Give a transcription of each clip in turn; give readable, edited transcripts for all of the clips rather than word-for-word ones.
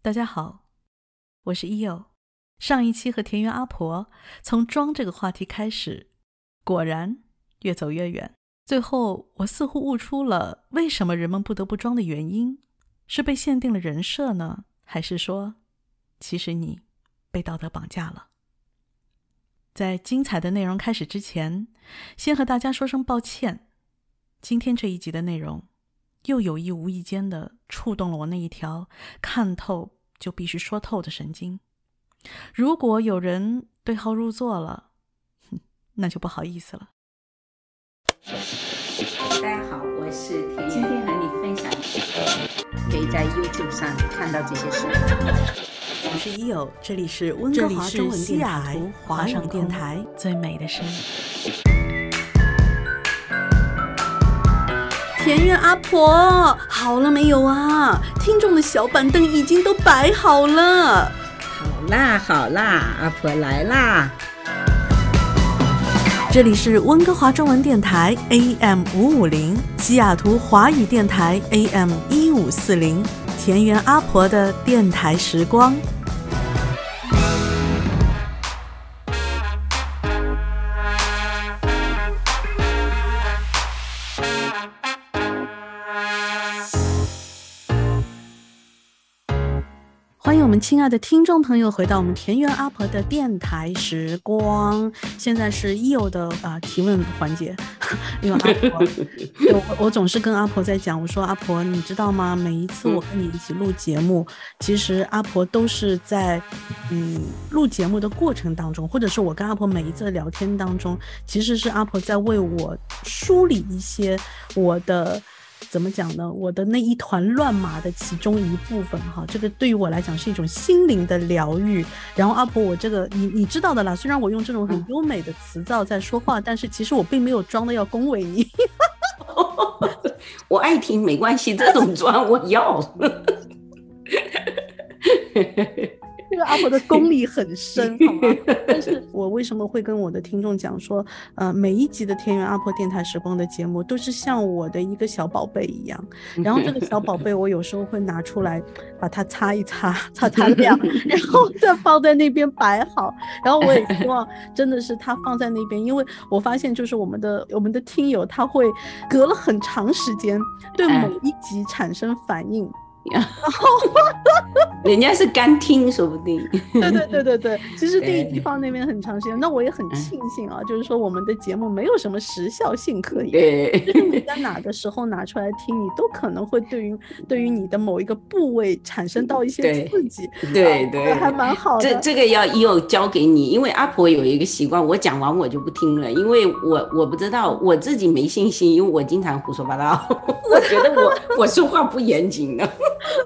大家好，我是伊友。上一期和田园阿婆从装这个话题开始，果然越走越远。最后我似乎悟出了为什么人们不得不装的原因，是被限定了人设呢，还是说其实你被道德绑架了？在精彩的内容开始之前，先和大家说声抱歉。今天这一集的内容又有意无意间的触动了我那一条看透就必须说透的神经。如果有人对号入座了，那就不好意思了。 大家好，我是田园，今天和你分享可以在 YouTube 上看到这些事。 我是伊友，这里是温哥华中文电台华上电台最美的声音。田园阿婆，好了没有啊？听众的小板凳已经都摆好了。 好啦，阿婆来啦！ 这里是温哥华中文电台 AM550， 西雅图华语电台 AM1540， 田园阿婆的电台时光。欢迎我们亲爱的听众朋友回到我们田园阿婆的电台时光。现在是伊友的提问环节，因为阿婆我总是跟阿婆在讲，我说阿婆你知道吗，每一次我跟你一起录节目，其实阿婆都是在录节目的过程当中，或者是我跟阿婆每一次的聊天当中，其实是阿婆在为我梳理一些我的怎么讲呢？我的那一团乱麻的其中一部分哈，这个对于我来讲是一种心灵的疗愈。然后阿婆，我这个你知道的啦，虽然我用这种很优美的词藻在说话，但是其实我并没有装的要恭维你。 我爱听没关系，这种装我要。 这个阿婆的功力很深，好吗？但是我为什么会跟我的听众讲说，每一集的田园阿婆电台时光的节目都是像我的一个小宝贝一样，然后这个小宝贝我有时候会拿出来把它擦一擦，擦亮，然后再放在那边摆好，然后我也希望真的是它放在那边，因为我发现就是我们的听友他会隔了很长时间对某一集产生反应。然后人家是干听说不定。 对，其实第一集放那边很长时间，那我也很庆幸啊，就是说我们的节目没有什么时效性可言，就是你在哪个时候拿出来听，你都可能会对于你的某一个部位产生到一些刺激。对，还蛮好的。 这个要又交给你，因为阿婆有一个习惯，我讲完我就不听了，因为我不知道，我自己没信心，因为我经常胡说八道，我觉得我说话不严谨的。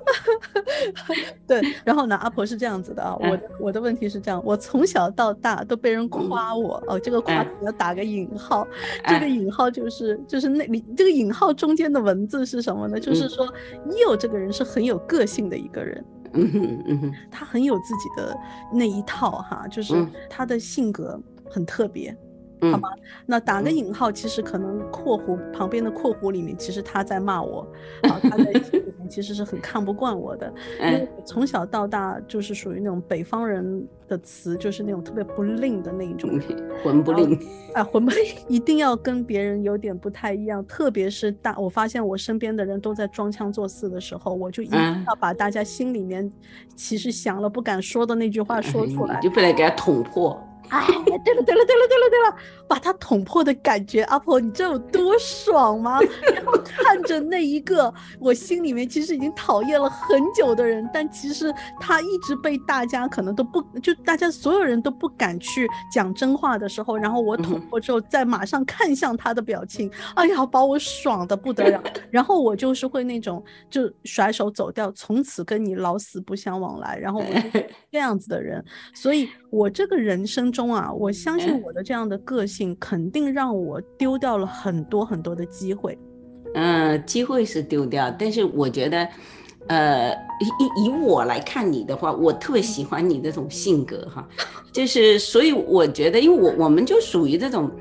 对，然后呢，阿婆是这样子的啊，我的问题是这样，我从小到大都被人夸我哦，这个夸要打个引号，这个引号就是那你这个引号中间的文字是什么呢？就是说伊友这个人是很有个性的一个人。他很有自己的那一套哈，就是他的性格很特别。好吧，那打个引号，其实可能括弧旁边的括弧里面，其实他在骂我，他在心里面其实是很看不惯我的，因为我从小到大就是属于那种北方人的词，就是那种特别不吝的那一种， 混不吝， 混不吝，一定要跟别人有点不太一样，特别是我发现我身边的人都在装腔作势的时候，我就一定要把大家心里面其实想了不敢说的那句话说出来， 你就不能给他捅破。 对了，把他捅破的感觉，阿婆你知道有多爽吗？然后看着那一个我心里面其实已经讨厌了很久的人，但其实他一直被大家可能都不，就大家所有人都不敢去讲真话的时候，然后我捅破之后再马上看向他的表情，哎呀把我爽的不得了，然后我就是会那种就甩手走掉，从此跟你老死不相往来，然后我是这样子的人，所以我这个人生中啊，我相信我的这样的个性肯定让我丢掉了很多很多的机会。 机会是丢掉，但是我觉得以我来看你的话，我特别喜欢你这种性格哈，就是所以我觉得因为我们就属于这种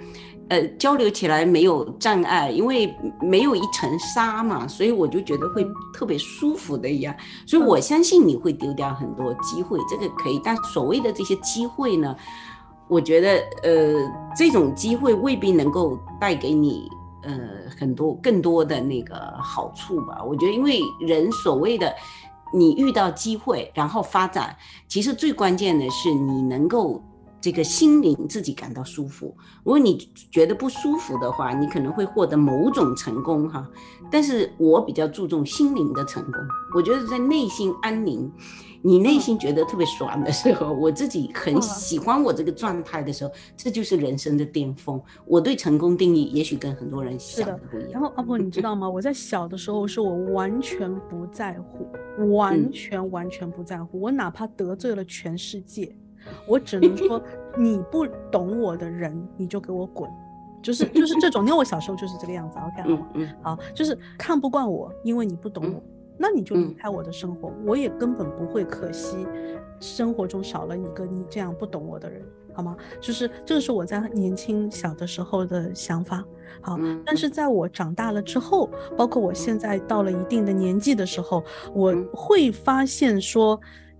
交流起来没有障碍，因为没有一层纱嘛，所以我就觉得会特别舒服的一样。所以我相信你会丢掉很多机会，这个可以。但所谓的这些机会呢，我觉得这种机会未必能够带给你很多更多的那个好处吧。我觉得因为人所谓的你遇到机会然后发展，其实最关键的是你能够这个心灵自己感到舒服。如果你觉得不舒服的话，你可能会获得某种成功哈，但是我比较注重心灵的成功。我觉得在内心安宁，你内心觉得特别爽的时候，我自己很喜欢我这个状态的时候，这就是人生的巅峰。我对成功定义也许跟很多人想的不一样。 然后阿婆你知道吗？我在小的时候是我完全不在乎，完全不在乎，我哪怕得罪了全世界，我只能说你不懂我的人你就给我滚，就是这种。因为我小时候就是这个样子 OK 好，就是看不惯我，因为你不懂我，那你就离开我的生活，我也根本不会可惜生活中少了一个你这样不懂我的人，好吗？就是这个是我在年轻小的时候的想法。好，但是在我长大了之后，包括我现在到了一定的年纪的时候，我会发现说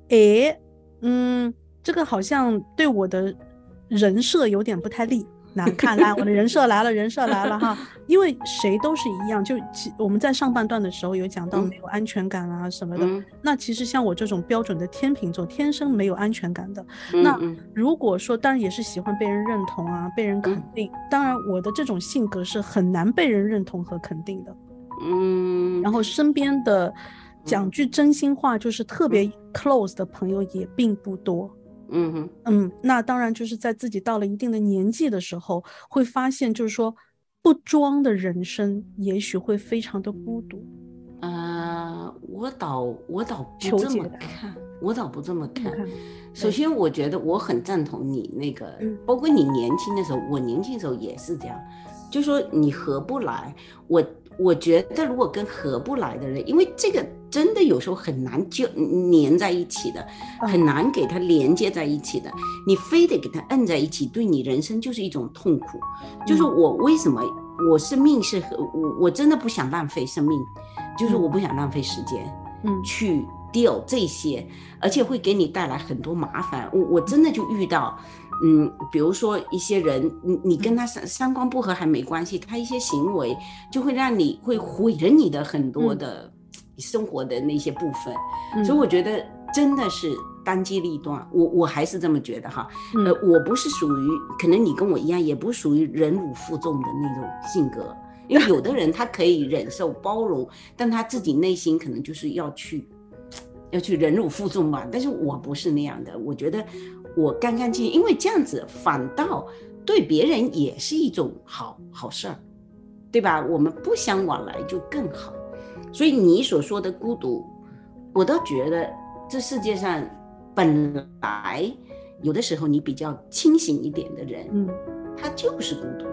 这个好像对我的人设有点不太利。那看来我的人设来了哈，因为谁都是一样。就我们在上半段的时候有讲到没有安全感啊什么的，那其实像我这种标准的天秤座，天生没有安全感的。那如果说当然也是喜欢被人认同啊，被人肯定，当然我的这种性格是很难被人认同和肯定的。然后身边的讲句真心话就是特别 close 的朋友也并不多。那当然就是在自己到了一定的年纪的时候，会发现就是说不装的人生也许会非常的孤独。 我倒不这么看，我倒不这么看。首先我觉得我很赞同你那个，包括你年轻的时候，我年轻的时候也是这样，就说你合不来，我觉得如果跟合不来的人，因为这个真的有时候很难就连在一起的，很难给它连接在一起的，你非得给它摁在一起，对你人生就是一种痛苦。就是我为什么我生命是我真的不想浪费生命，就是我不想浪费时间去 deal 这些，而且会给你带来很多麻烦。我真的就遇到比如说一些人，你跟他三观不合还没关系，他一些行为就会让你会毁了你的很多的生活的那些部分。所以我觉得真的是当机立断，我还是这么觉得哈。我不是属于，可能你跟我一样，也不属于忍辱负重的那种性格，因为有的人他可以忍受包容，但他自己内心可能就是要去忍辱负重嘛。但是我不是那样的，我觉得我干干净净，因为这样子反倒对别人也是一种好事儿，对吧？我们不相往来就更好。所以你所说的孤独，我倒觉得这世界上本来有的时候你比较清醒一点的人，他就是孤独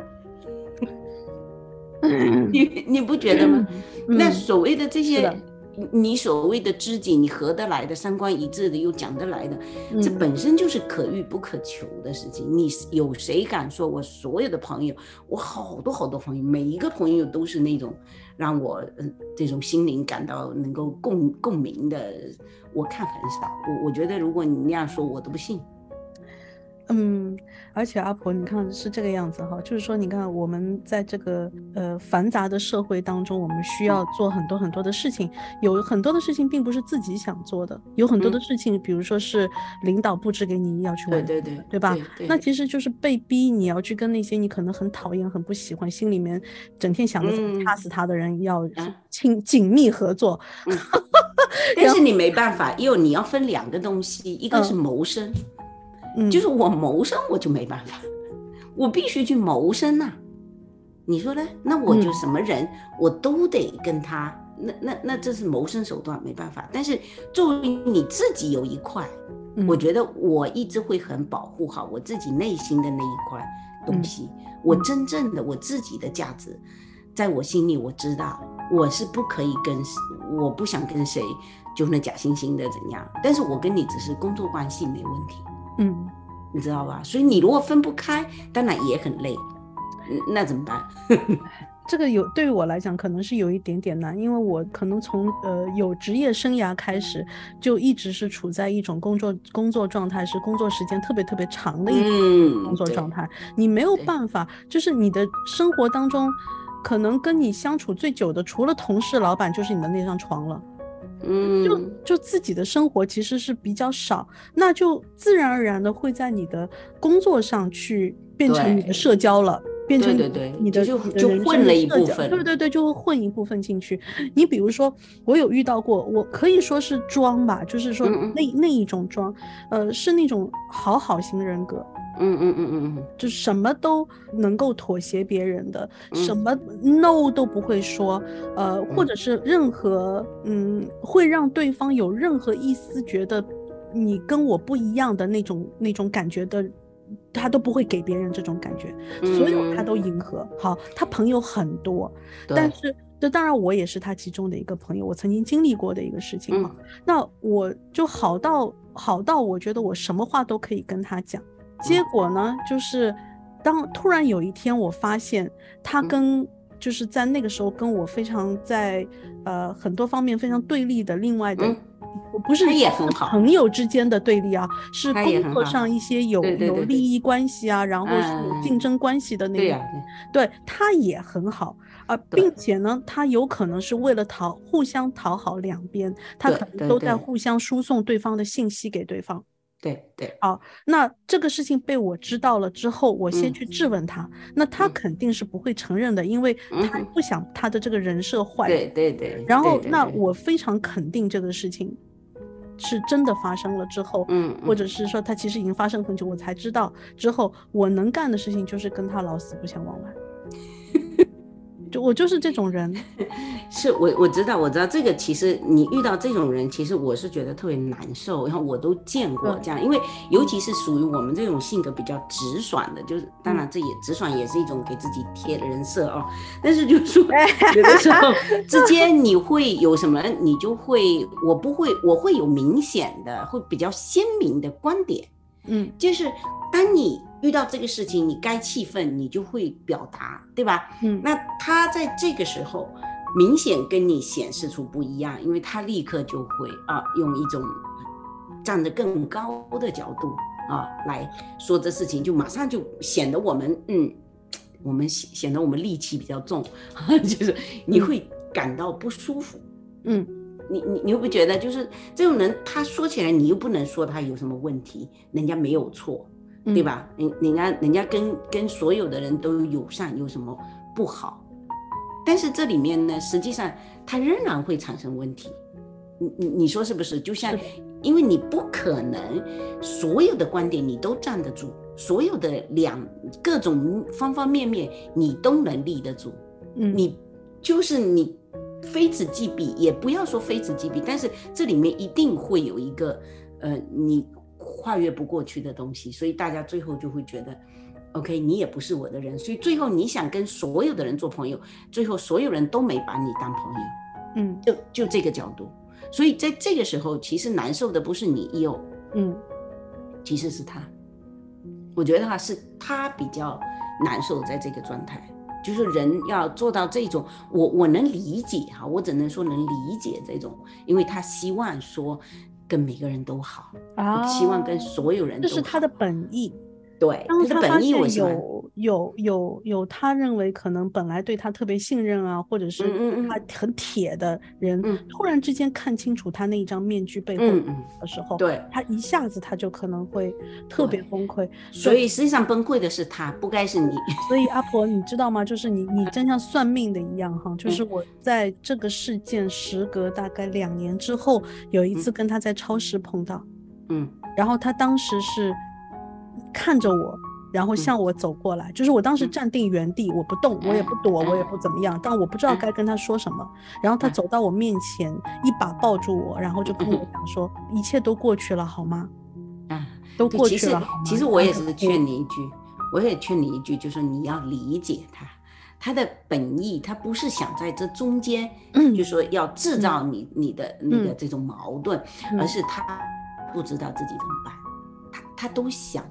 的。你不觉得吗？那所谓的这些你所谓的知己，你合得来的，三观一致的，又讲得来的，这本身就是可遇不可求的事情。你有谁敢说我所有的朋友，我好多朋友，每一个朋友都是那种让我这种心灵感到能够共鸣的，我看很少。我觉得如果你那样说，我都不信。 而且阿婆你看是这个样子哈，就是说你看我们在这个繁杂的社会当中，我们需要做很多的事情，有很多的事情并不是自己想做的，有很多的事情比如说是领导布置给你要去完成，对吧？那其实就是被逼你要去跟那些你可能很讨厌很不喜欢，心里面整天想着怎么掐死他的人要紧密合作。 但是你没办法，因为你要分两个东西，一个是谋生，就是我谋生我就没办法，我必须去谋生啊。你说呢？那我就什么人我都得跟他，那这是谋生手段，没办法。但是作为你自己有一块，我觉得我一直会很保护好我自己内心的那一块东西。我真正的我自己的价值，在我心里我知道我是不可以我不想跟谁就那假惺惺的怎样，但是我跟你只是工作关系没问题。你知道吧？所以你如果分不开，当然也很累。 那怎么办？ 这个对于我来讲可能是有一点点难，因为我可能从有职业生涯开始就一直是处在一种工作状态，是工作时间特别特别长的一种工作状态，你没有办法，就是你的生活当中可能跟你相处最久的除了同事老板就是你的那张床了。就自己的生活其实是比较少，那就自然而然的会在你的工作上去变成你的社交了，变成你的就人混了一部分， 对，就会混一部分进去。你比如说，我有遇到过，我可以说是装吧，就是说那一种装，是那种好型人格。就什么都能够妥协别人的，什么 no 都不会说，或者是任何会让对方有任何一丝觉得你跟我不一样的那种感觉的，他都不会给别人这种感觉，所有他都迎合。好，他朋友很多，但是这当然我也是他其中的一个朋友，我曾经经历过的一个事情。那我就好到我觉得我什么话都可以跟他讲。结果呢，就是当突然有一天我发现他就是在那个时候跟我非常在很多方面非常对立的另外的，不是朋友之间的对立啊，是工作上一些有利益关系啊，然后是有竞争关系的那个，对，他也很好并且呢，他有可能是为了互相讨好两边，他可能都在互相输送对方的信息给对方。 对， 好，那这个事情被我知道了之后，我先去质问他，那他肯定是不会承认的，因为他不想他的这个人设坏。 对。 然后，那我非常肯定这个事情是真的发生了之后，或者是说他其实已经发生很久，我才知道之后，我能干的事情就是跟他老死不相往来。我就是这种人。 是我知道这个，其实你遇到这种人，其实我是觉得特别难受，然后我都见过这样，因为尤其是属于我们这种性格比较直爽的，就是当然这也直爽也是一种给自己贴的人设哦，但是就是说有的时候之间你会有什么，你就会我会有明显的会比较鲜明的观点，就是当你遇到这个事情，你该气愤你就会表达，对吧？那他在这个时候明显跟你显示出不一样，因为他立刻就会用一种站得更高的角度来说这事情，就马上就显得我们显得我们戾气比较重，就是你会感到不舒服。你会不会觉得就是这种人，他说起来你又不能说他有什么问题，人家没有错，对吧？人家跟所有的人都友善，有什么不好？但是这里面呢，实际上它仍然会产生问题。你说是不是？就像因为你不可能所有的观点你都站得住，所有的各种方方面面你都能立得住。你就是你非此即彼，也不要说非此即彼，但是这里面一定会有一个你跨越不过去的东西，所以大家最后就会觉得 OK 你也不是我的人，所以最后你想跟所有的人做朋友，最后所有人都没把你当朋友。就这个角度，所以在这个时候其实难受的不是你其实是他，我觉得是他比较难受在这个状态，就是人要做到这种我能理解我只能说能理解这种，因为他希望说跟每个人都好希望跟所有人都好， 这是他的本意。 对， 当他发现有他认为可能本来对他特别信任或者是他很铁的人，突然之间看清楚他那一张面具背后的时候， 对， 他一下子他就可能会特别崩溃。 所以实际上崩溃的是他，不该是你。 所以阿婆，你知道吗？就是你真像算命的一样就是我在这个事件时隔大概2年之后，有一次跟他在超市碰到，然后他当时是看着我，然后向我走过来，就是我当时站定原地，我不动，我也不躲，我也不怎么样，但我不知道该跟他说什么。然后他走到我面前，一把抱住我，然后就跟我讲说：“一切都过去了，好吗？都过去了，好吗？” 其实我也是劝你一句，就是你要理解他的本意，他不是想在这中间，就说要制造你的那个这种矛盾，而是他不知道自己怎么办，他都想，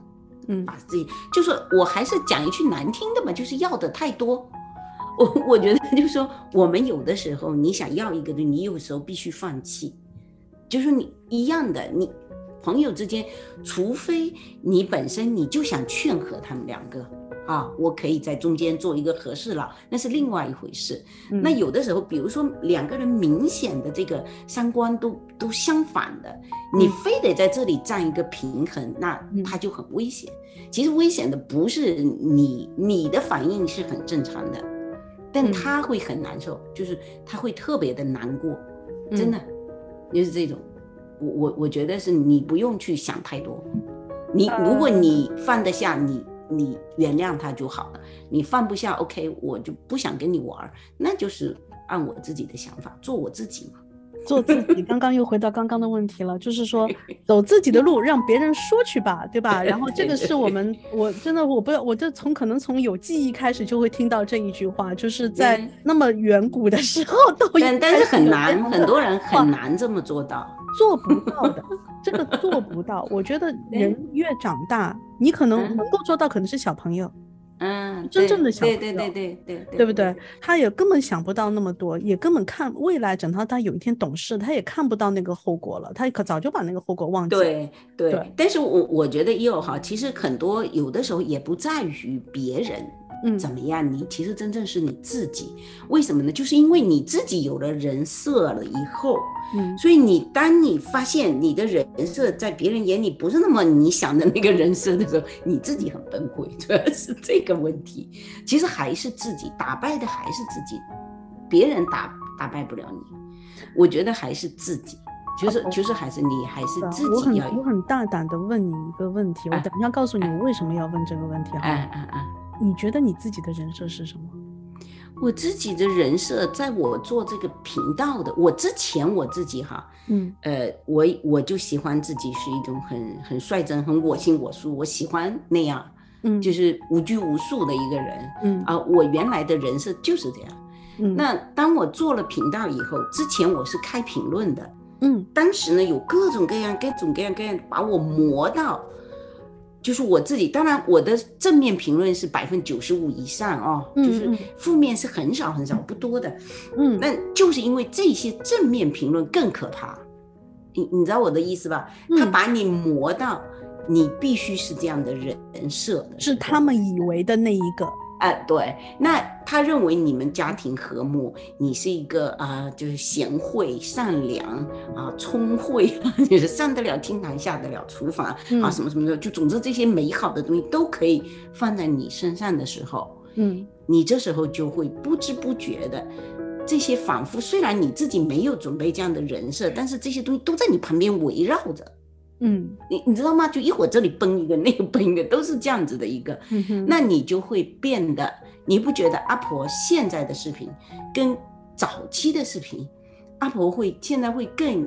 把自己，就是我还是讲一句难听的嘛，就是要的太多。我觉得就是说，我们有的时候你想要一个，你有时候必须放弃。就是你一样的，你朋友之间，除非你本身你就想劝和他们两个啊，我可以在中间做一个和事佬，那是另外一回事。那有的时候，比如说两个人明显的这个三观都相反的，你非得在这里占一个平衡，那它就很危险。其实危险的不是你的反应是很正常的，但他会很难受，就是他会特别的难过，真的。就是这种，我觉得是你不用去想太多，如果你放得下，你原谅他就好了。你放不下 ，OK， 我就不想跟你玩，那就是按我自己的想法做我自己嘛。 做自己，刚刚又回到刚刚的问题了，就是说走自己的路，让别人说去吧，对吧？然后这个是我真的我不知道，我就可能从有记忆开始就会听到这一句话，就是在那么远古的时候都但是很难，很多人很难这么做到， 做不到的，这个做不到。我觉得人越长大，你可能能够做到，可能是小朋友。真正的小朋友，对不对？他也根本想不到那么多，也根本看未来，等到他有一天懂事，他也看不到那个后果了，他可早就把那个后果忘记了。 对。但是我觉得其实很多有的时候也不在于别人怎么样，你其实真正是你自己。为什么呢？就是因为你自己有了人设了以后，所以当你发现你的人设在别人眼里不是那么你想的那个人设的时候，你自己很崩溃，主要是这个问题。其实还是自己打败的，还是自己，别人打败不了你。我觉得还是自己，就是还是你还是自己要。 我很大胆的问你一个问题，我等一下告诉你我为什么要问这个问题。你觉得你自己的人设是什么？ 我自己的人设，在我做这个频道的我之前，我自己我就喜欢自己是一种很率真、很我行我素，我喜欢那样，就是无拘无束的一个人，我原来的人设就是这样。那当我做了频道以后，之前我是开评论的，当时呢有各种各样把我磨到。就是我自己，当然我的正面评论是95%以上就是负面是很少不多的，那就是因为这些正面评论更可怕，你知道我的意思吧？他把你磨到你必须是这样的人设的， 是他们以为的那一个。 对，那他认为你们家庭和睦，你是一个就是贤惠、善良聪慧，就是上得了厅堂，下得了厨房什么什么的，就总之这些美好的东西都可以放在你身上的时候，你这时候就会不知不觉的，这些仿佛虽然你自己没有准备这样的人设，但是这些东西都在你旁边围绕着。你知道吗？就一会儿这里崩一个，那个崩一个，都是这样子的一个。那你就会变得，你不觉得阿婆现在的视频跟早期的视频，阿婆现在会更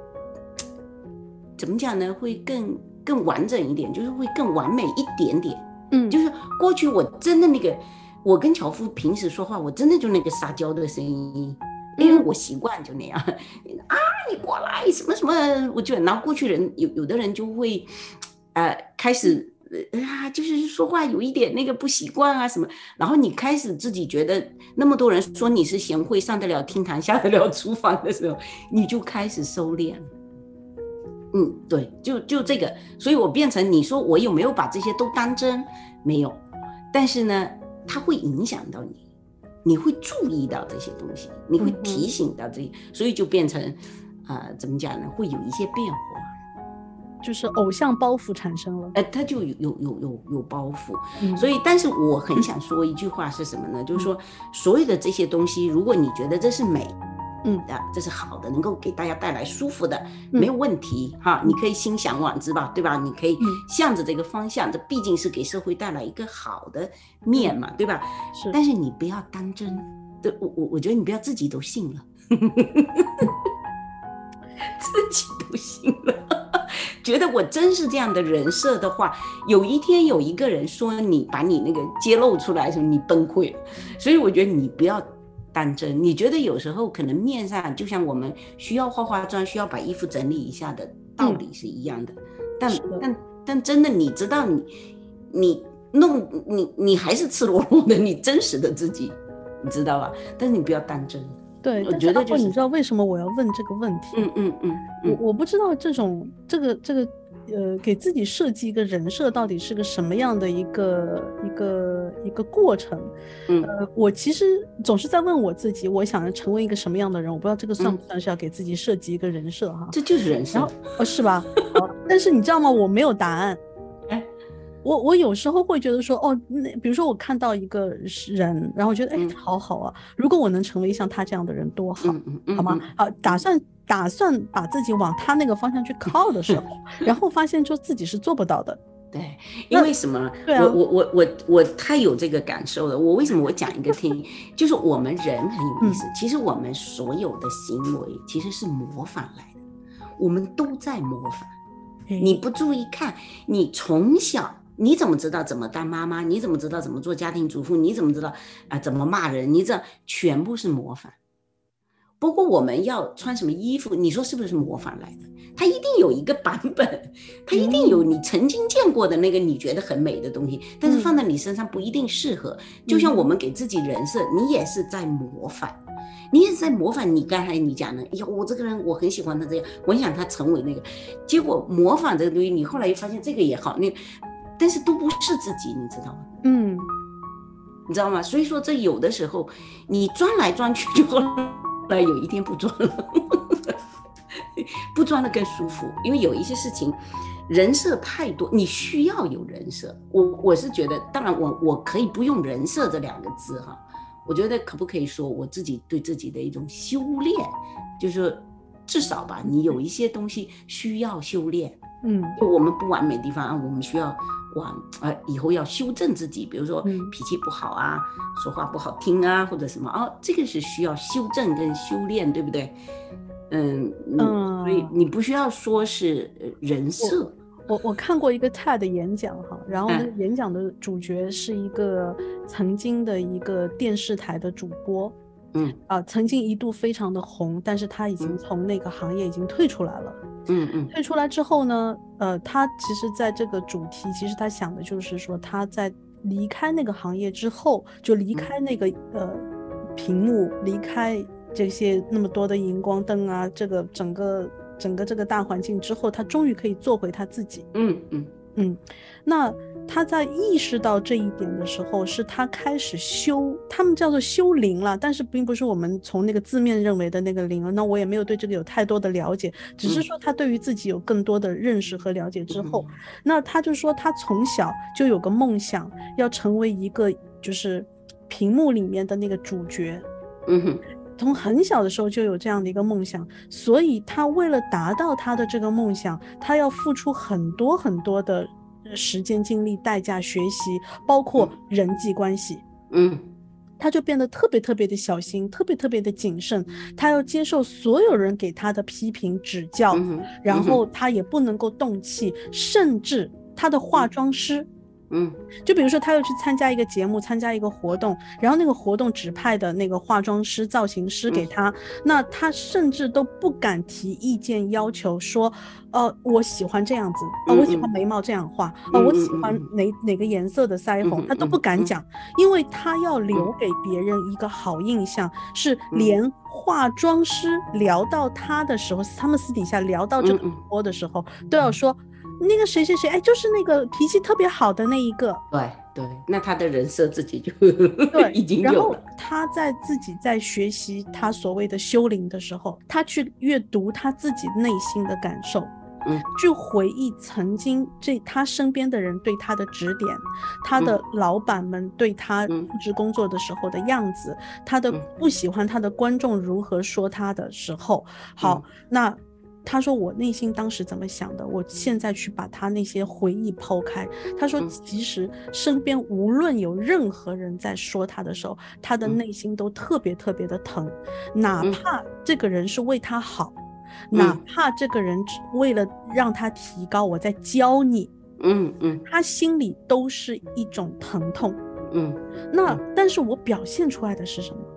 怎么讲呢？会更完整一点，就是会更完美一点点。就是过去我真的我跟樵夫平时说话，我真的就那个撒娇的声音。因为我习惯就那样你过来什么什么，我就然后过去人有的人就会开始就是说话有一点那个不习惯什么，然后你开始自己觉得那么多人说你是贤惠，上得了厅堂下得了厨房的时候，你就开始收敛。对，就这个，所以我变成你说我有没有把这些都当真？没有，但是呢，它会影响到你。你会注意到这些东西，你会提醒到这些，所以就变成怎么讲呢？会有一些变化， 就是偶像包袱产生了。 它就有包袱。所以，但是我很想说一句话是什么呢？就是说，所有的这些东西，如果你觉得这是美这是好的，能够给大家带来舒服的，没有问题你可以心向往之吧，对吧？你可以向着这个方向，这毕竟是给社会带来一个好的面嘛，对吧？ 是。 但是你不要当真，我觉得你不要自己都信了，自己都信了，觉得我真是这样的人设的话，有一天有一个人说你把你那个揭露出来的时候，你崩溃了。所以我觉得你不要当真，你觉得有时候可能面上就像我们需要化化妆，需要把衣服整理一下的道理是一样的，但真的你知道你还是赤裸裸的你真实的自己，你知道吧？但是你不要当真。 对， 我觉得就是你知道为什么我要问这个问题？我不知道这个给自己设计一个人设到底是个什么样的一个过程。我其实总是在问我自己，我想要成为一个什么样的人？我不知道这个算不算是要给自己设计一个人设哈？ 这就是人设， 是吧？但是你知道吗？我没有答案。我有时候会觉得说，比如说我看到一个人，然后我觉得，他好好啊，如果我能成为像他这样的人多好，好吗？好，打算把自己往他那个方向去靠的时候，然后发现说自己是做不到的。 对，因为什么？ 对啊， 我太有这个感受了。我为什么我讲一个听，就是我们人很有意思，其实我们所有的行为其实是模仿来的，我们都在模仿。你不注意看，你从小。你怎么知道怎么当妈妈？你怎么知道怎么做家庭主妇？你怎么知道怎么骂人？你这全部是模仿。包括我们要穿什么衣服，你说是不是模仿来的？它一定有一个版本，它一定有你曾经见过的那个你觉得很美的东西，但是放在你身上不一定适合。就像我们给自己人设，你也是在模仿。你也是在模仿你刚才你讲的，哎呀，我这个人我很喜欢他这样，我很想他成为那个。结果模仿这个东西，你后来又发现这个也好，但是都不是自己，你知道吗？你知道吗？所以说这有的时候你钻来钻去，就后来有一天不钻了，不钻了更舒服。因为有一些事情人设太多，你需要有人设。我是觉得，当然我可以不用人设这2个字哈，我觉得可不可以说我自己对自己的一种修炼，就是至少吧，你有一些东西需要修炼。就我们不完美的地方我们需要以后要修正自己，比如说脾气不好啊，说话不好听啊，或者什么这个是需要修正跟修炼，对不对？所以你不需要说是人设。 我看过一个 TED 演讲哈，然后那个演讲的主角是一个曾经的一个电视台的主播。曾经一度非常的红，但是他已经从那个行业已经退出来了。退出来之后呢，他其实在这个主题，其实他想的就是说，他在离开那个行业之后，就离开那个屏幕，离开这些那么多的荧光灯啊，这个整个这个大环境之后，他终于可以做回他自己。那他在意识到这一点的时候，是他开始他们叫做修灵了，但是并不是我们从那个字面认为的那个灵。那我也没有对这个有太多的了解，只是说他对于自己有更多的认识和了解之后，那他就说他从小就有个梦想，要成为一个就是屏幕里面的那个主角。从很小的时候就有这样的一个梦想，所以他为了达到他的这个梦想，他要付出很多很多的时间精力代价学习，包括人际关系。他就变得特别特别的小心，特别特别的谨慎，他要接受所有人给他的批评指教，然后他也不能够动气，甚至他的化妆师就比如说他要去参加一个节目，参加一个活动，然后那个活动指派的那个化妆师造型师给他，那他甚至都不敢提意见要求说我喜欢这样子，我喜欢眉毛这样画，我喜欢哪个颜色的腮红，他都不敢讲，因为他要留给别人一个好印象，是连化妆师聊到他的时候，他们私底下聊到这个主播的时候都要说那个谁谁谁，就是那个脾气特别好的那一个。 对，那他的人设自己就已经有了。 然后他自己在学习他所谓的修灵的时候，他去阅读他自己内心的感受，去回忆曾经他身边的人对他的指点，他的老板们对他布置工作的时候的样子，他的不喜欢他的观众如何说他的时候。好，那他说我内心当时怎么想的，我现在去把他那些回忆抛开。他说其实身边无论有任何人在说他的时候，他的内心都特别特别的疼，哪怕这个人是为他好，哪怕这个人为了让他提高，我在教你，他心里都是一种疼痛。那但是我表现出来的是什么？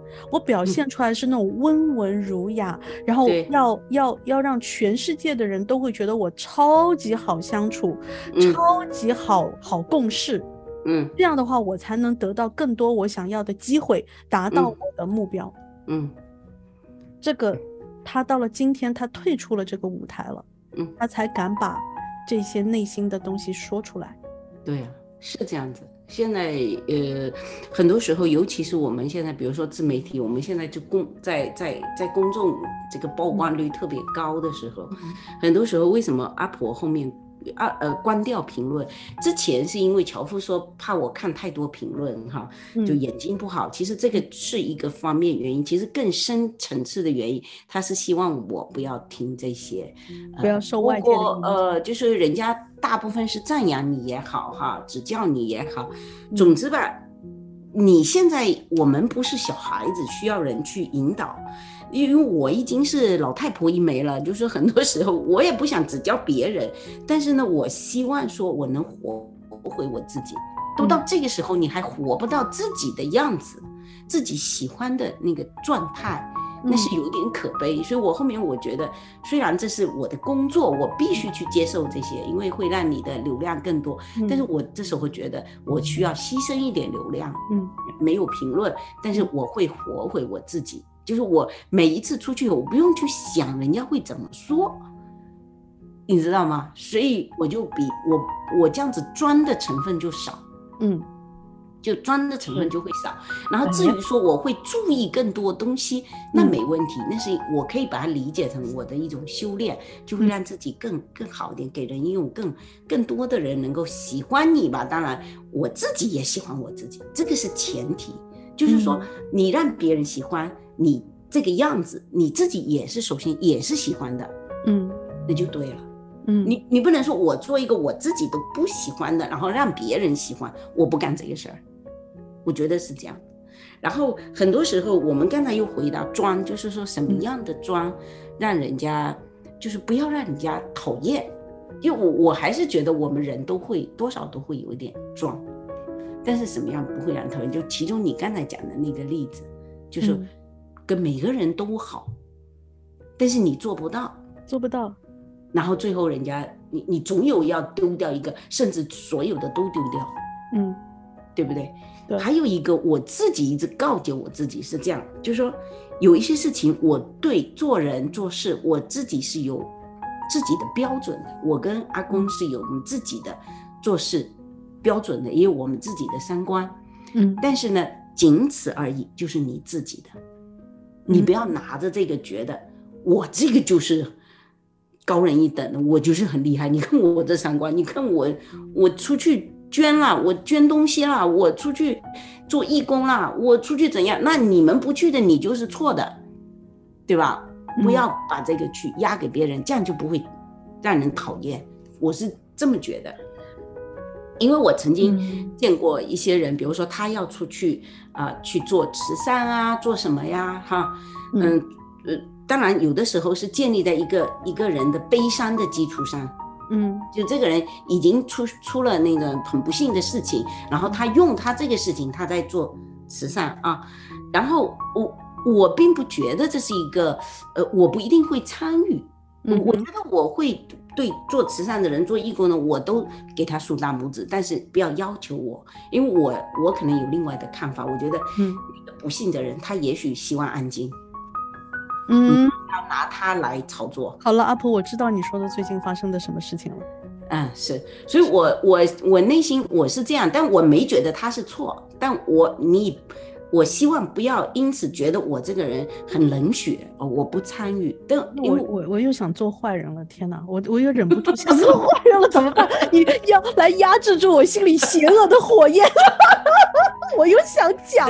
我表现出来是那种温文儒雅，然后要让全世界的人都会觉得我超级好相处，超级好共事。这样的话我才能得到更多我想要的机会，达到我的目标。这个他到了今天他退出了这个舞台了，他才敢把这些内心的东西说出来。 对啊，是这样子。现在很多时候，尤其是我们现在比如说自媒体，我们现在就在公众这个曝光率特别高的时候，很多时候为什么阿婆后面关掉评论？之前是因为樵夫说怕我看太多评论哈，就眼睛不好。其实这个是一个方面原因，其实更深层次的原因，他是希望我不要听这些， 不要受外界的影响。 就是人家大部分是赞扬你也好哈，指教你也好，总之吧，你现在我们不是小孩子，需要人去引导。因为我已经是老太婆一枚了，就是很多时候我也不想指教别人，但是呢，我希望说我能活回我自己。都到这个时候，你还活不到自己的样子，自己喜欢的那个状态，那是有点可悲。所以我后面我觉得，虽然这是我的工作，我必须去接受这些，因为会让你的流量更多，但是我这时候觉得我需要牺牲一点流量，没有评论，但是我会活回我自己。就是我每一次出去，我不用去想人家会怎么说，你知道吗？所以我就比我这样子装的成分就少，就装的成分就会少。然后至于说我会注意更多东西，那没问题，那是我可以把它理解成我的一种修炼，就会让自己更好一点，给人一种更多的人能够喜欢你吧。当然我自己也喜欢我自己，这个是前提。就是说你让别人喜欢你这个样子，你自己也是首先也是喜欢的，那就对了。你不能说我做一个我自己都不喜欢的，然后让别人喜欢，我不干这个事儿，我觉得是这样。然后很多时候我们刚才又回到装，就是说什么样的装让人家就是不要让人家讨厌，因为我还是觉得我们人都会多少都会有一点装，但是什么样不会让人讨厌？就其中你刚才讲的那个例子，就是跟每个人都好，但是你做不到，然后最后人家你总有要丢掉一个，甚至所有的都丢掉，对不对？还有一个我自己一直告诫我自己是这样，就是说有一些事情我对做人做事我自己是有自己的标准的，我跟阿公是有我们自己的做事标准的，也有我们自己的三观，但是呢仅此而已，就是你自己的，你不要拿着这个觉得我这个就是高人一等的，我就是很厉害，你看我这三观，你看我出去捐了，我捐东西了，我出去做义工了，我出去怎样，那你们不去的你就是错的，对吧？不要把这个去压给别人，这样就不会让人讨厌，我是这么觉得。因为我曾经见过一些人，比如说他要出去去做慈善啊，做什么呀哈，当然有的时候是建立在一个人的悲伤的基础上，就这个人已经出了那个很不幸的事情，然后他用他这个事情他在做慈善啊，然后我并不觉得这是一个我不一定会参与，我觉得我会对做慈善的人做义工呢，我都给他竖大拇指，但是不要要求我，因为我可能有另外的看法，我觉得那个不幸的人他也许希望安静，要拿他来炒作。 好了，阿婆，我知道你说的最近发生的什么事情了。 是，所以我内心我是这样，但我没觉得他是错，但我希望不要因此觉得我这个人很冷血，我不参与。但因为我又想做坏人了，天哪，我又忍不住想做坏人了，怎么办？你要来压制住我心里邪恶的火焰。我又想讲，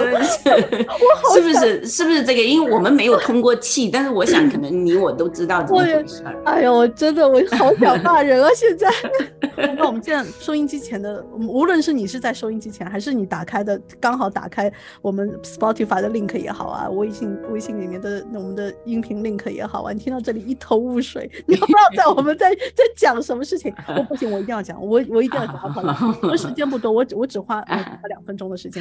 是不是这个？因为我们没有通过气，但是我想可能你我都知道怎么回事。 哎呀，我真的我好想骂人啊！现在，那我们现在收音机前的，无论是你是在收音机前，还是你刚好打开我们 Spotify 的 link 也好啊，微信里面的我们的音频 link 也好啊，你听到这里一头雾水，你不知道我们在讲什么事情。不行，我一定要讲，我一定要讲。我时间不多，我只花2分钟的时间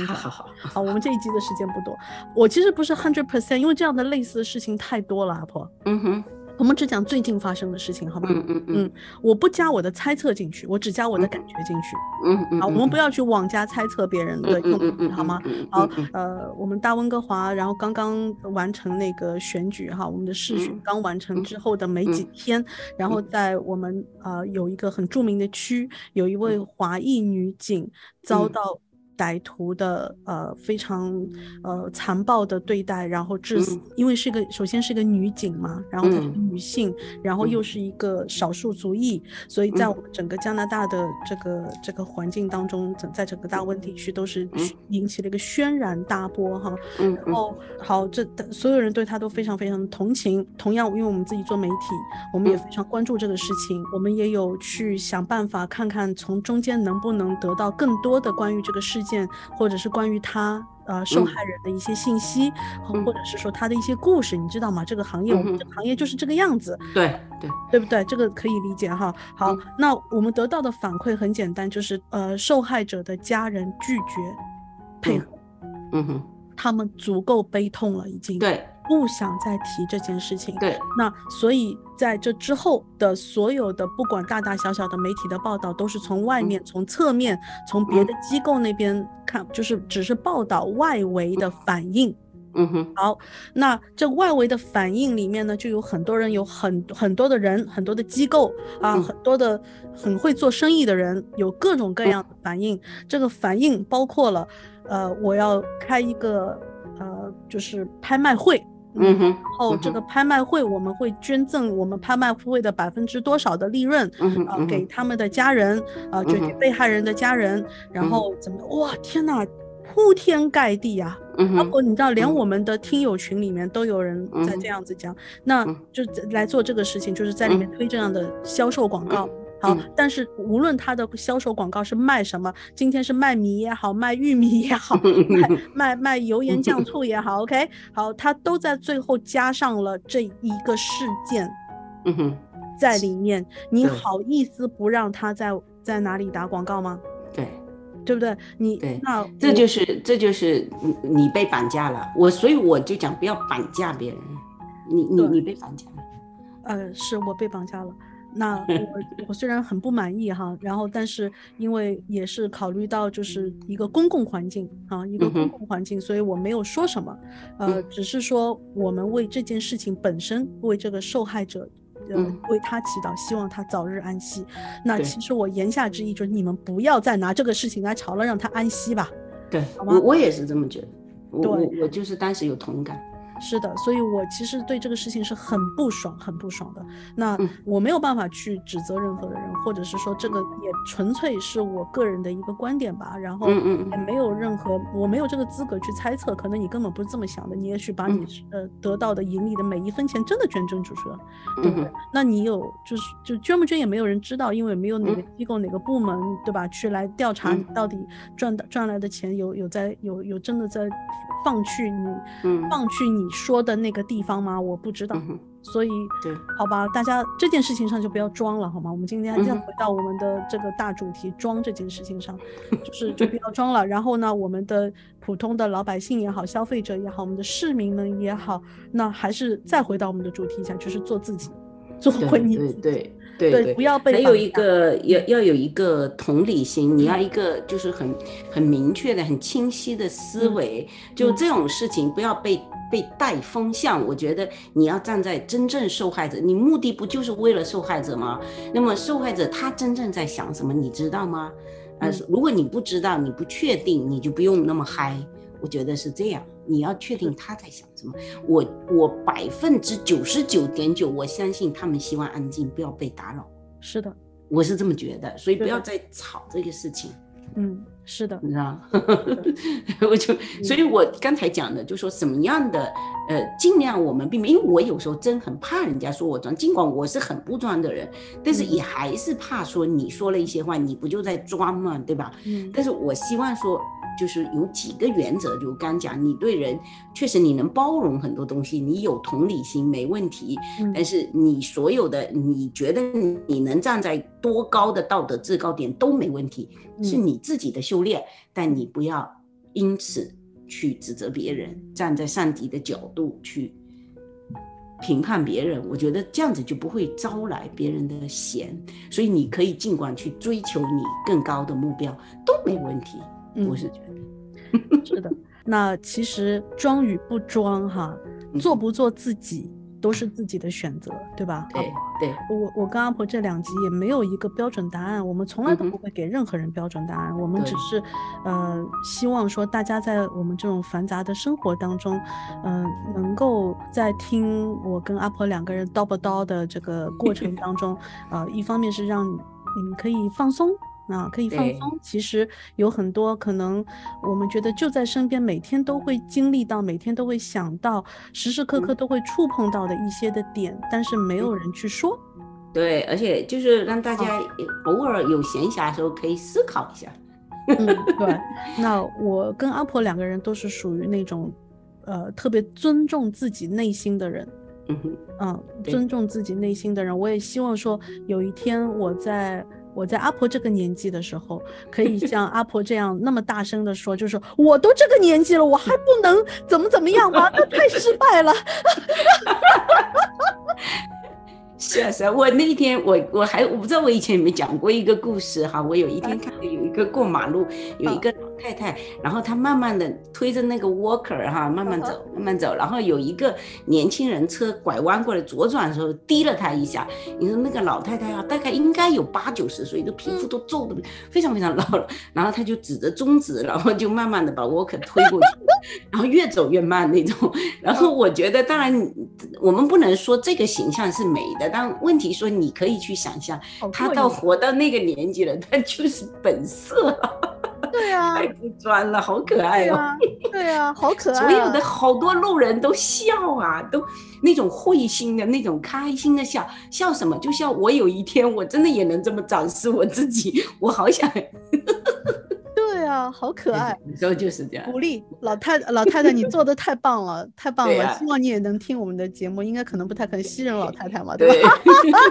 好，我们这一集的时间不多，我其实不是100%，因为这样的类似的事情太多了，阿婆。我们只讲最近发生的事情，好吗？我不加我的猜测进去，我只加我的感觉进去。好，我们不要去妄加猜测别人的用意，好吗？好，我们大温哥华，然后刚刚完成那个选举哈，我们的市选刚完成之后的没几天，然后在我们有一个很著名的区，有一位华裔女警遭到歹徒的非常残暴的对待，然后致死。因为首先是一个女警嘛，然后她是个女性，然后又是一个少数族裔，所以在我们整个加拿大的这个环境当中，在整个大温地区都是引起了一个轩然大波哈。然后好，这所有人对她都非常非常的同情。同样，因为我们自己做媒体，我们也非常关注这个事情，我们也有去想办法看看从中间能不能得到更多的关于这个事件，或者是关于他受害人的一些信息，或者是说他的一些故事，你知道吗？这个行业，我们这个行业就是这个样子，对不对？这个可以理解哈。好，那我们得到的反馈很简单，就是受害者的家人拒绝配合，他们足够悲痛了，已经不想再提这件事情。那所以在这之后的所有的不管大大小小的媒体的报道，都是从外面、从侧面、从别的机构那边看，就是只是报道外围的反应。好，那这外围的反应里面呢，就有很多人，有很多的人，很多的机构啊，很多的很会做生意的人，有各种各样的反应。这个反应包括了我要开一个就是拍卖会。然后这个拍卖会我们会捐赠我们拍卖会的多少的利润给他们的家人就给被害人的家人，然后怎么哇天哪，铺天盖地啊，包括你知道连我们的听友群里面都有人在这样子讲，那就来做这个事情，就是在里面推这样的销售广告。好，但是无论他的销售广告是卖什么，今天是卖米也好，卖玉米也好，卖油盐酱醋也好，OK， 好，他都在最后加上了这一个事件在里面。你好意思不让他在哪里打广告吗？对不对？那这就是你被绑架了。所以我就讲不要绑架别人。你被绑架了。 是我被绑架了。那我虽然很不满意哈，然后但是因为也是考虑到就是一个公共环境啊，一个公共环境，所以我没有说什么，只是说我们为这件事情本身，为这个受害者为他祈祷，希望他早日安息。那其实我言下之意就是你们不要再拿这个事情来吵了，让他安息吧。 好吗？我也是这么觉得。我就是当时有同感。 是的，所以我其实对这个事情是很不爽的。那我没有办法去指责任何的人，或者是说这个也纯粹是我个人的一个观点吧。然后也没有我没有这个资格去猜测，可能你根本不是这么想的，你也许把你得到的盈利的每一分钱真的捐出去了，对不对？那你就捐不捐也没有人知道，因为没有哪个机构哪个部门，对吧？去来调查你到底赚来的钱有真的在放去你说的那个地方吗？我不知道。所以好吧，大家这件事情上就不要装了好吗？我们今天再回到我们的这个大主题，装这件事情上就不要装了。然后呢，我们的普通的老百姓也好，消费者也好，我们的市民们也好，那还是再回到我们的主题上，就是做自己，做回你自己。对，不要被还有一个要有一个同理心，你要一个就是很明确的、很清晰的思维，就这种事情不要被带风向。我觉得你要站在真正受害者，你目的不就是为了受害者吗？那么受害者他真正在想什么，你知道吗？如果你不知道，你不确定，你就不用那么嗨。我觉得是这样，你要确定他在想什么。我99.9%我相信他们希望安静，不要被打扰。 是的， 我是这么觉得，所以不要再吵这个事情。 是的， 你知道所以我刚才讲的就说什么样的尽量我们避免，因为我有时候真很怕人家说我装，尽管我是很不装的人，但是也还是怕说你说了一些话，你不就在装吗？对吧？但是我希望说就是有几个原则，就刚讲，你对人确实你能包容很多东西，你有同理心没问题，但是你所有的你觉得你能站在多高的道德制高点都没问题，是你自己的修炼，但你不要因此去指责别人，站在上帝的角度去评判别人，我觉得这样子就不会招来别人的嫌，所以你可以尽管去追求你更高的目标都没问题，我是觉得是的。那其实装与不装哈，做不做自己都是自己的选择，对吧？ 对， 我跟阿婆这2集也没有一个标准答案，我们从来都不会给任何人标准答案，我们只是希望说大家在我们这种繁杂的生活当中，能够在听我跟阿婆2个人叨不叨的这个过程当中，一方面是让你们可以放松。可以放松，其实有很多可能我们觉得就在身边，每天都会经历到，每天都会想到，时时刻刻都会触碰到的一些的点，但是没有人去说。 对，而且就是让大家偶尔有闲暇的时候可以思考一下。 对。那我跟阿婆2个人都是属于那种特别尊重自己内心的人。尊重自己内心的人，我也希望说有一天我在阿婆这个年纪的时候，可以像阿婆这样那么大声的说，就是我都这个年纪了，我还不能怎么样吗？那太失败了。 是啊，我那一天我不知道我以前有没有讲过一个故事哈。我有一天看到有一个过马路，有一个老太太，然后她慢慢的推着那个 walker 哈，慢慢走，然后有一个年轻人车拐弯过来左转的时候滴了她一下。你说那个老太太啊，大概应该有80-90岁，这皮肤都皱的非常非常老了，然后她就指着中指，然后就慢慢的把 walker 推过去，然后越走越慢那种。然后我觉得当然我们不能说这个形象是美的，但问题说你可以去想象，他活到那个年纪了，他就是本色了。 对啊， 太不专了，好可爱哦。 对啊，好可爱。 所有的好多路人都笑啊，都那种会心的那种开心的笑，笑什么？就笑我有一天我真的也能这么展示我自己，我好想。 对啊，好可爱。 有时候就是这样。 鼓励老太太，你做的太棒了，太棒了！希望你也能听我们的节目，应该可能不太可能西人老太太嘛，对吧？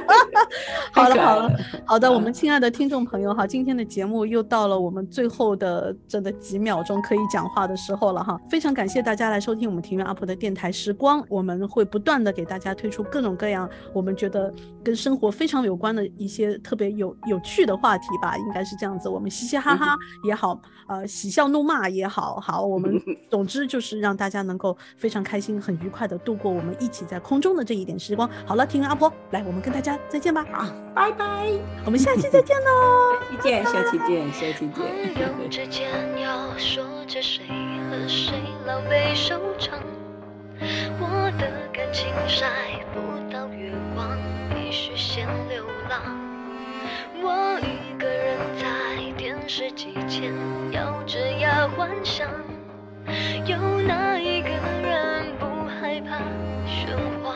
好的，我们亲爱的听众朋友哈，今天的节目又到了我们最后的真的几秒钟可以讲话的时候了哈。非常感谢大家来收听我们庭院阿婆的电台时光，我们会不断的给大家推出各种各样我们觉得跟生活非常有关的一些特别有趣的话题吧，应该是这样子。我们嘻嘻哈哈也好，喜笑怒骂也好，我们总之就是让大家能够非常开心、很愉快的度过我们一起在空中的这一点时光。好了，庭院阿婆，来，我们跟大家再见吧。 好，拜拜， 我们下期再见喽。 下期见。 朋友之间要说着谁和谁狼狈收场，我的感情晒不到月光，必须先流浪。我一个人在电视机前咬着牙幻想，有哪一个人不害怕喧哗？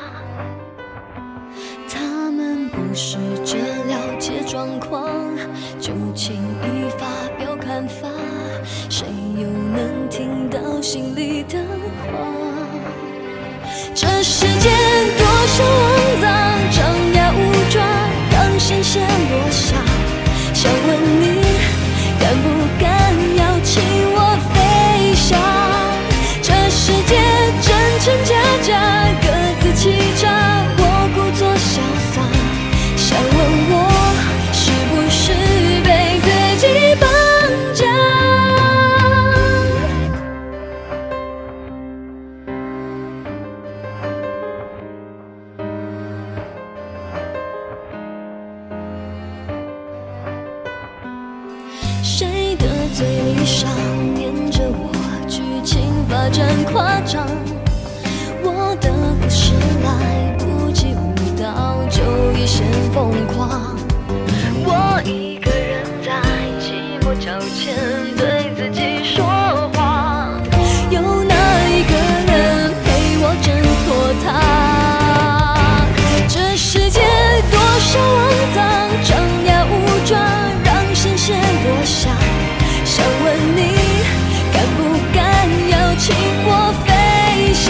他们不试着了解状况，就轻易发表看法，谁又能听到心里的话？这世间多少肮脏，张牙舞爪，让视线落下。想问你，敢不敢邀请我飞翔？这世界真真假假，各自欺诈，我故作潇洒。想问我，是不是被自己绑架？谁的嘴里上念着我，剧情发展夸张，我的故事来不及舞蹈就已先疯狂。我一个人在寂寞角前对自己说谎，有哪一个人陪我挣脱它？这世界多少肮脏，张牙舞爪，让视线落下。想问你，敢不敢邀请我飞翔？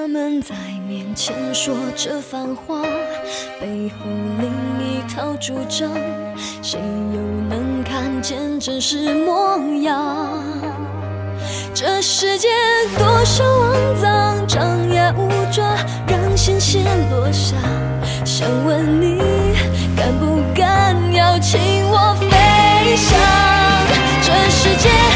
们在面前说着繁华，背后另一套主张，谁又能看见真实模样？这世界多少肮脏，张牙舞爪，让鲜血落下。想问你，敢不敢邀请我飞翔？这世界